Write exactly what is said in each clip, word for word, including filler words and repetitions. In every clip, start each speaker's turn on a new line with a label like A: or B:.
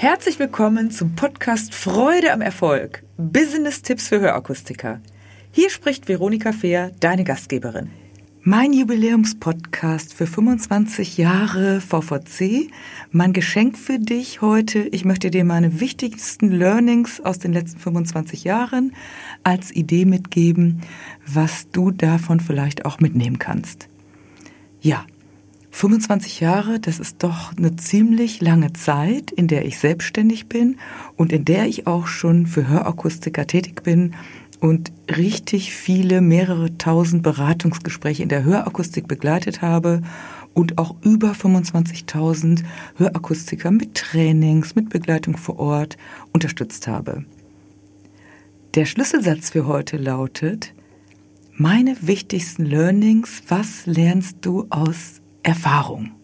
A: Herzlich willkommen zum Podcast Freude am Erfolg. Business-Tipps für Hörakustiker. Hier spricht Veronika Fehr, deine Gastgeberin. Mein Jubiläumspodcast für fünfundzwanzig Jahre V V C. Mein Geschenk für dich heute. Ich möchte dir meine wichtigsten Learnings aus den letzten fünfundzwanzig Jahren als Idee mitgeben, was du davon vielleicht auch mitnehmen kannst. Ja, fünfundzwanzig Jahre, das ist doch eine ziemlich lange Zeit, in der ich selbstständig bin und in der ich auch schon für Hörakustiker tätig bin und richtig viele, mehrere tausend Beratungsgespräche in der Hörakustik begleitet habe und auch über fünfundzwanzigtausend Hörakustiker mit Trainings, mit Begleitung vor Ort unterstützt habe. Der Schlüsselsatz für heute lautet: Meine wichtigsten Learnings, was lernst du aus Erfahrung?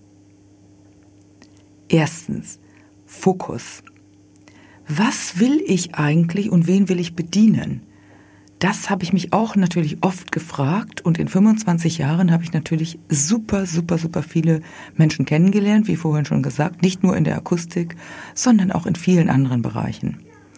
A: Erstens, Fokus. Was will ich eigentlich und wen will ich bedienen? Das habe ich mich auch natürlich oft gefragt und in fünfundzwanzig Jahren habe ich natürlich super, super, super viele Menschen kennengelernt, wie vorhin schon gesagt, nicht nur in der Akustik, sondern auch in vielen anderen Bereichen.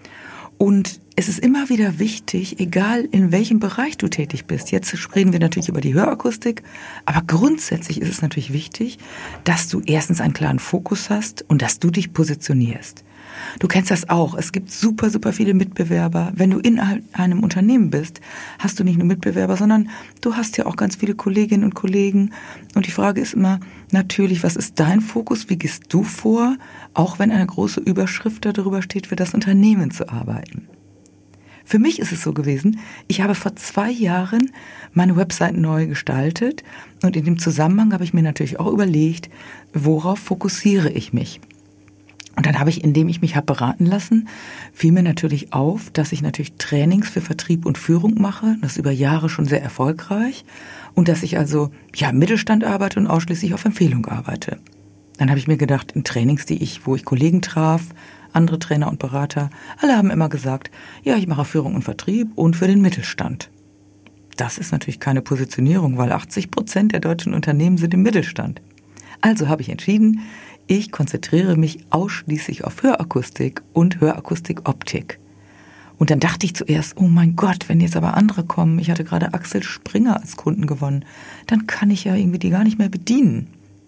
A: Und es ist immer wieder wichtig, egal in welchem Bereich du tätig bist. Jetzt reden wir natürlich über die Hörakustik, aber grundsätzlich ist es natürlich wichtig, dass du erstens einen klaren Fokus hast und dass du dich positionierst. Du kennst das auch. Es gibt super, super viele Mitbewerber. Wenn du in einem Unternehmen bist, hast du nicht nur Mitbewerber, sondern du hast ja auch ganz viele Kolleginnen und Kollegen. Und die Frage ist immer natürlich, was ist dein Fokus? Wie gehst du vor? Auch wenn eine große Überschrift darüber steht, für das Unternehmen zu arbeiten. Für mich ist es so gewesen, ich habe vor zwei Jahren meine Website neu gestaltet und in dem Zusammenhang habe ich mir natürlich auch überlegt, worauf fokussiere ich mich? Und dann habe ich, indem ich mich habe beraten lassen, fiel mir natürlich auf, dass ich natürlich Trainings für Vertrieb und Führung mache, das über Jahre schon sehr erfolgreich, und dass ich also ja im Mittelstand arbeite und ausschließlich auf Empfehlung arbeite. Dann habe ich mir gedacht, in Trainings, die ich, wo ich Kollegen traf, andere Trainer und Berater, alle haben immer gesagt, ja, ich mache Führung und Vertrieb und für den Mittelstand. Das ist natürlich keine Positionierung, weil achtzig Prozent der deutschen Unternehmen sind im Mittelstand. Also habe ich entschieden, ich konzentriere mich ausschließlich auf Hörakustik und Hörakustik-Optik. Und dann dachte ich zuerst, oh mein Gott, wenn jetzt aber andere kommen, ich hatte gerade Axel Springer als Kunden gewonnen, dann kann ich ja irgendwie die gar nicht mehr bedienen.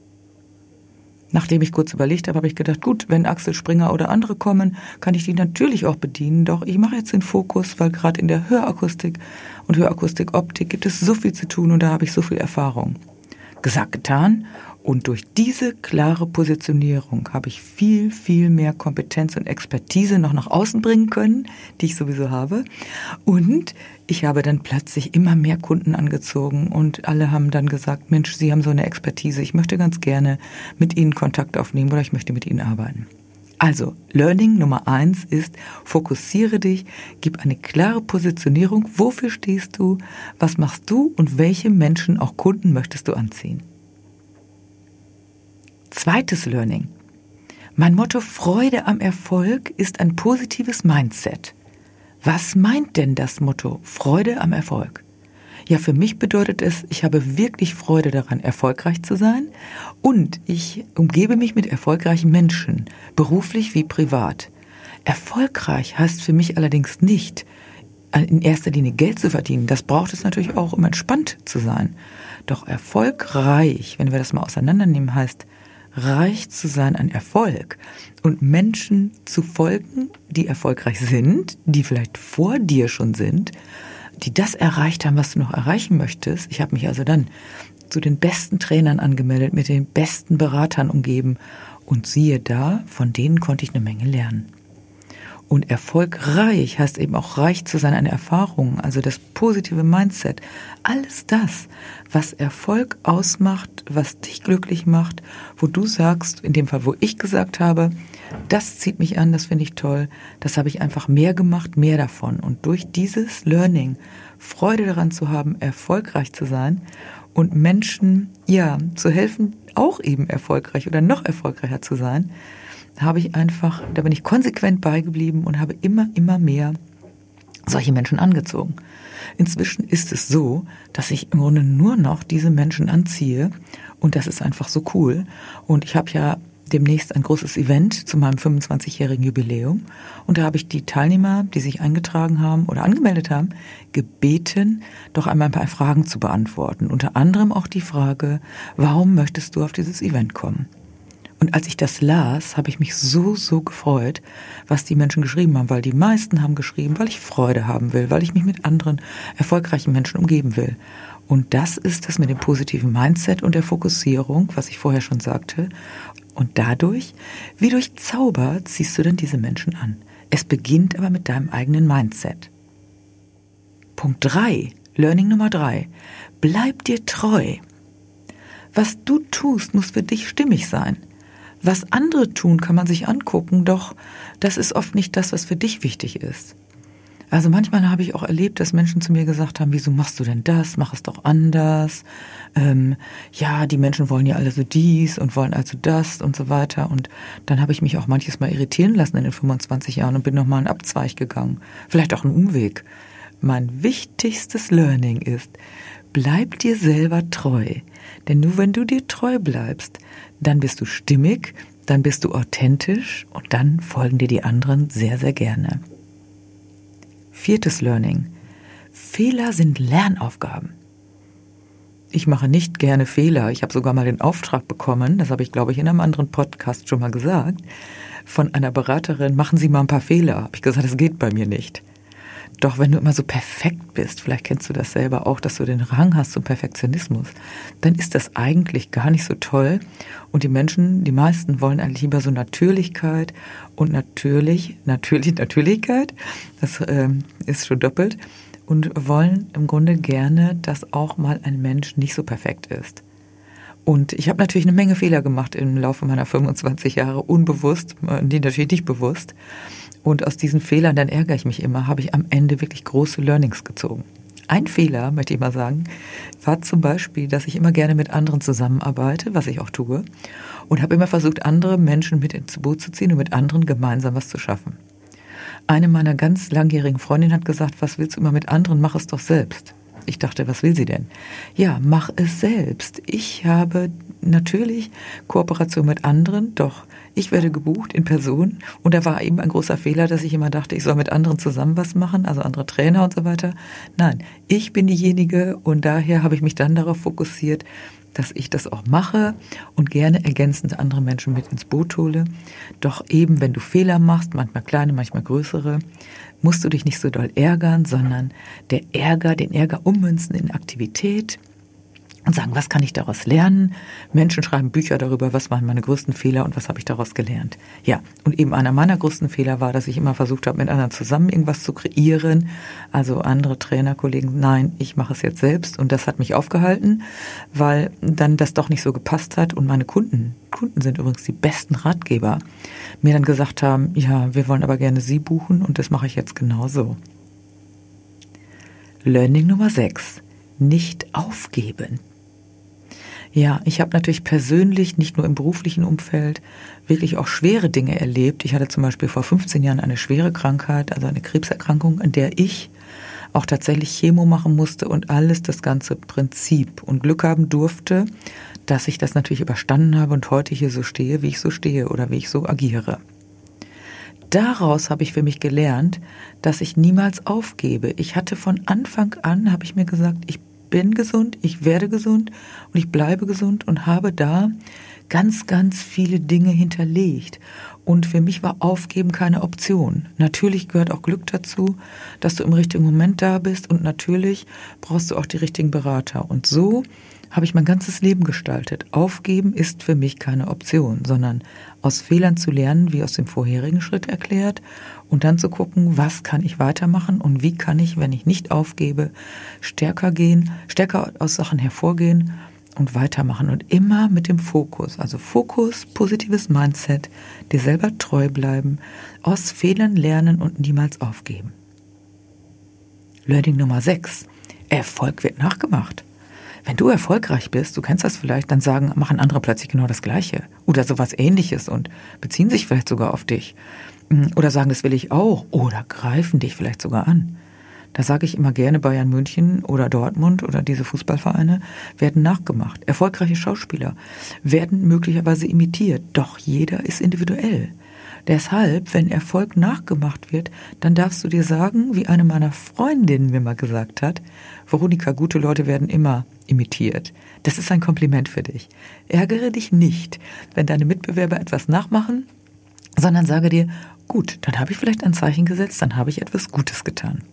A: Nachdem ich kurz überlegt habe, habe ich gedacht, gut, wenn Axel Springer oder andere kommen, kann ich die natürlich auch bedienen. Doch ich mache jetzt den Fokus, weil gerade in der Hörakustik und Hörakustik-Optik gibt es so viel zu tun und da habe ich so viel Erfahrung. Gesagt, getan. Und durch diese klare Positionierung habe ich viel, viel mehr Kompetenz und Expertise noch nach außen bringen können, die ich sowieso habe. Und ich habe dann plötzlich immer mehr Kunden angezogen und alle haben dann gesagt, Mensch, Sie haben so eine Expertise, ich möchte ganz gerne mit Ihnen Kontakt aufnehmen oder ich möchte mit Ihnen arbeiten. Also, Learning Nummer eins ist, fokussiere dich, gib eine klare Positionierung, wofür stehst du, was machst du und welche Menschen, auch Kunden, möchtest du anziehen. Zweites Learning. Mein Motto Freude am Erfolg ist ein positives Mindset. Was meint denn das Motto Freude am Erfolg? Ja, für mich bedeutet es, ich habe wirklich Freude daran, erfolgreich zu sein und ich umgebe mich mit erfolgreichen Menschen, beruflich wie privat. Erfolgreich heißt für mich allerdings nicht, in erster Linie Geld zu verdienen. Das braucht es natürlich auch, um entspannt zu sein. Doch erfolgreich, wenn wir das mal auseinandernehmen, heißt reich zu sein an Erfolg und Menschen zu folgen, die erfolgreich sind, die vielleicht vor dir schon sind, die das erreicht haben, was du noch erreichen möchtest. Ich habe mich also dann zu den besten Trainern angemeldet, mit den besten Beratern umgeben und siehe da, von denen konnte ich eine Menge lernen. Und erfolgreich heißt eben auch reich zu sein an Erfahrungen, also das positive Mindset. Alles das, was Erfolg ausmacht, was dich glücklich macht, wo du sagst, in dem Fall, wo ich gesagt habe, das zieht mich an, das finde ich toll, das habe ich einfach mehr gemacht, mehr davon. Und durch dieses Learning Freude daran zu haben, erfolgreich zu sein und Menschen, ja, zu helfen, auch eben erfolgreich oder noch erfolgreicher zu sein, habe ich einfach, da bin ich konsequent beigeblieben und habe immer, immer mehr solche Menschen angezogen. Inzwischen ist es so, dass ich im Grunde nur noch diese Menschen anziehe und das ist einfach so cool. Und ich habe ja demnächst ein großes Event zu meinem fünfundzwanzigjährigen Jubiläum. Und da habe ich die Teilnehmer, die sich eingetragen haben oder angemeldet haben, gebeten, doch einmal ein paar Fragen zu beantworten. Unter anderem auch die Frage, warum möchtest du auf dieses Event kommen? Und als ich das las, habe ich mich so, so gefreut, was die Menschen geschrieben haben, weil die meisten haben geschrieben, weil ich Freude haben will, weil ich mich mit anderen erfolgreichen Menschen umgeben will. Und das ist das mit dem positiven Mindset und der Fokussierung, was ich vorher schon sagte. Und dadurch, wie durch Zauber, ziehst du dann diese Menschen an. Es beginnt aber mit deinem eigenen Mindset. Punkt drei, Learning Nummer drei. Bleib dir treu. Was du tust, muss für dich stimmig sein. Was andere tun, kann man sich angucken, doch das ist oft nicht das, was für dich wichtig ist. Also manchmal habe ich auch erlebt, dass Menschen zu mir gesagt haben, wieso machst du denn das, mach es doch anders. Ähm, ja, die Menschen wollen ja alle so dies und wollen also das und so weiter. Und dann habe ich mich auch manches Mal irritieren lassen in den fünfundzwanzig Jahren und bin nochmal einen Abzweig gegangen. Vielleicht auch einen Umweg. Mein wichtigstes Learning ist, bleib dir selber treu. Denn nur wenn du dir treu bleibst, dann bist du stimmig, dann bist du authentisch und dann folgen dir die anderen sehr, sehr gerne. Viertes Learning. Fehler sind Lernaufgaben. Ich mache nicht gerne Fehler. Ich habe sogar mal den Auftrag bekommen, das habe ich, glaube ich, in einem anderen Podcast schon mal gesagt, von einer Beraterin, machen Sie mal ein paar Fehler. Habe ich gesagt, das geht bei mir nicht. Doch wenn du immer so perfekt bist, vielleicht kennst du das selber auch, dass du den Rang hast zum Perfektionismus, dann ist das eigentlich gar nicht so toll. Und die Menschen, die meisten wollen eigentlich lieber so Natürlichkeit und natürlich, natürlich, Natürlichkeit, das ähm, ist schon doppelt, und wollen im Grunde gerne, dass auch mal ein Mensch nicht so perfekt ist. Und ich habe natürlich eine Menge Fehler gemacht im Laufe meiner fünfundzwanzig Jahre, unbewusst, die natürlich nicht bewusst. Und aus diesen Fehlern, dann ärgere ich mich immer, habe ich am Ende wirklich große Learnings gezogen. Ein Fehler, möchte ich mal sagen, war zum Beispiel, dass ich immer gerne mit anderen zusammenarbeite, was ich auch tue, und habe immer versucht, andere Menschen mit ins Boot zu ziehen und mit anderen gemeinsam was zu schaffen. Eine meiner ganz langjährigen Freundinnen hat gesagt, was willst du immer mit anderen, mach es doch selbst. Ich dachte, was will sie denn? Ja, mach es selbst. Ich habe natürlich Kooperation mit anderen, doch ich werde gebucht in Person. Und da war eben ein großer Fehler, dass ich immer dachte, ich soll mit anderen zusammen was machen, also andere Trainer und so weiter. Nein, ich bin diejenige und daher habe ich mich dann darauf fokussiert, dass ich das auch mache und gerne ergänzend andere Menschen mit ins Boot hole. Doch eben, wenn du Fehler machst, manchmal kleine, manchmal größere, musst du dich nicht so doll ärgern, sondern der Ärger, den Ärger ummünzen in Aktivität und sagen, was kann ich daraus lernen? Menschen schreiben Bücher darüber, was waren meine größten Fehler und was habe ich daraus gelernt. Ja, und eben einer meiner größten Fehler war, dass ich immer versucht habe, mit anderen zusammen irgendwas zu kreieren. Also andere Trainerkollegen, nein, ich mache es jetzt selbst. Und das hat mich aufgehalten, weil dann das doch nicht so gepasst hat. Und meine Kunden, Kunden sind übrigens die besten Ratgeber, mir dann gesagt haben, ja, wir wollen aber gerne Sie buchen und das mache ich jetzt genauso. Learning Nummer sechs. Nicht aufgeben. Ja, ich habe natürlich persönlich, nicht nur im beruflichen Umfeld, wirklich auch schwere Dinge erlebt. Ich hatte zum Beispiel vor fünfzehn Jahren eine schwere Krankheit, also eine Krebserkrankung, in der ich auch tatsächlich Chemo machen musste und alles, das ganze Prinzip. Und Glück haben durfte, dass ich das natürlich überstanden habe und heute hier so stehe, wie ich so stehe oder wie ich so agiere. Daraus habe ich für mich gelernt, dass ich niemals aufgebe. Ich hatte von Anfang an, habe ich mir gesagt, ich bin gesund, ich werde gesund und ich bleibe gesund und habe da ganz, ganz viele Dinge hinterlegt. Und für mich war Aufgeben keine Option. Natürlich gehört auch Glück dazu, dass du im richtigen Moment da bist und natürlich brauchst du auch die richtigen Berater. Und so habe ich mein ganzes Leben gestaltet. Aufgeben ist für mich keine Option, sondern aus Fehlern zu lernen, wie aus dem vorherigen Schritt erklärt, und dann zu gucken, was kann ich weitermachen und wie kann ich, wenn ich nicht aufgebe, stärker gehen, stärker aus Sachen hervorgehen und weitermachen. Und immer mit dem Fokus, also Fokus, positives Mindset, dir selber treu bleiben, aus Fehlern lernen und niemals aufgeben. Learning Nummer sechs. Erfolg wird nachgemacht. Wenn du erfolgreich bist, du kennst das vielleicht, dann sagen, machen andere plötzlich genau das Gleiche oder sowas Ähnliches und beziehen sich vielleicht sogar auf dich oder sagen, das will ich auch oder greifen dich vielleicht sogar an. Da sage ich immer gerne, Bayern München oder Dortmund oder diese Fußballvereine werden nachgemacht. Erfolgreiche Schauspieler werden möglicherweise imitiert, doch jeder ist individuell. Deshalb, wenn Erfolg nachgemacht wird, dann darfst du dir sagen, wie eine meiner Freundinnen mir mal gesagt hat, Veronika, gute Leute werden immer imitiert. Das ist ein Kompliment für dich. Ärgere dich nicht, wenn deine Mitbewerber etwas nachmachen, sondern sage dir, gut, dann habe ich vielleicht ein Zeichen gesetzt, dann habe ich etwas Gutes getan.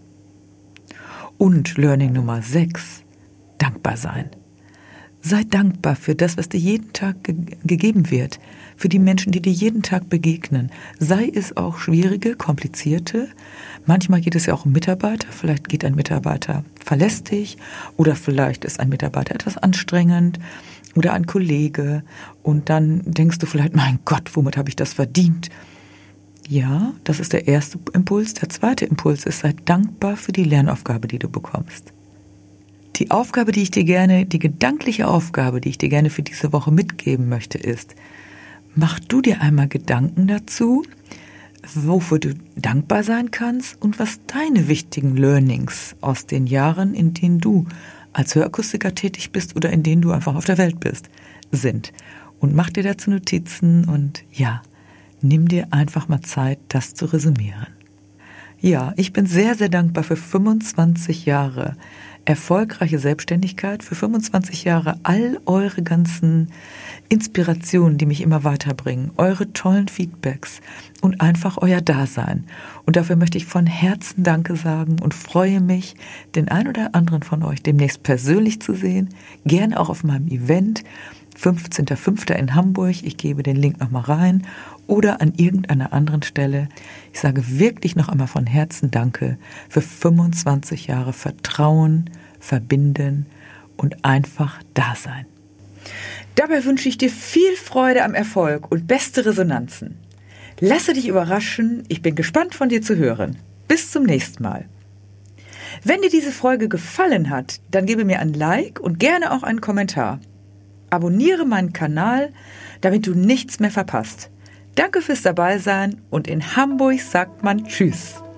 A: Und Learning Nummer sechs, dankbar sein. Sei dankbar für das, was dir jeden Tag ge- gegeben wird, für die Menschen, die dir jeden Tag begegnen. Sei es auch schwierige, komplizierte. Manchmal geht es ja auch um Mitarbeiter. Vielleicht geht ein Mitarbeiter verlässt dich oder vielleicht ist ein Mitarbeiter etwas anstrengend oder ein Kollege. Und dann denkst du vielleicht, mein Gott, womit habe ich das verdient? Ja, das ist der erste Impuls. Der zweite Impuls ist, sei dankbar für die Lernaufgabe, die du bekommst. Die Aufgabe, die ich dir gerne, die gedankliche Aufgabe, die ich dir gerne für diese Woche mitgeben möchte, ist, mach du dir einmal Gedanken dazu, wofür du dankbar sein kannst und was deine wichtigen Learnings aus den Jahren, in denen du als Hörakustiker tätig bist oder in denen du einfach auf der Welt bist, sind. Und mach dir dazu Notizen und ja, nimm dir einfach mal Zeit, das zu resümieren. Ja, ich bin sehr, sehr dankbar für fünfundzwanzig Jahre erfolgreiche Selbstständigkeit, für fünfundzwanzig Jahre all eure ganzen Inspirationen, die mich immer weiterbringen, eure tollen Feedbacks und einfach euer Dasein. Und dafür möchte ich von Herzen Danke sagen und freue mich, den ein oder anderen von euch demnächst persönlich zu sehen, gerne auch auf meinem Event, fünfzehnter fünfter in Hamburg. Ich gebe den Link nochmal rein oder an irgendeiner anderen Stelle. Ich sage wirklich noch einmal von Herzen Danke für fünfundzwanzig Jahre Vertrauen, Verbinden und einfach Dasein. Dabei wünsche ich dir viel Freude am Erfolg und beste Resonanzen. Lasse dich überraschen, ich bin gespannt von dir zu hören. Bis zum nächsten Mal. Wenn dir diese Folge gefallen hat, dann gebe mir ein Like und gerne auch einen Kommentar. Abonniere meinen Kanal, damit du nichts mehr verpasst. Danke fürs Dabeisein und in Hamburg sagt man Tschüss.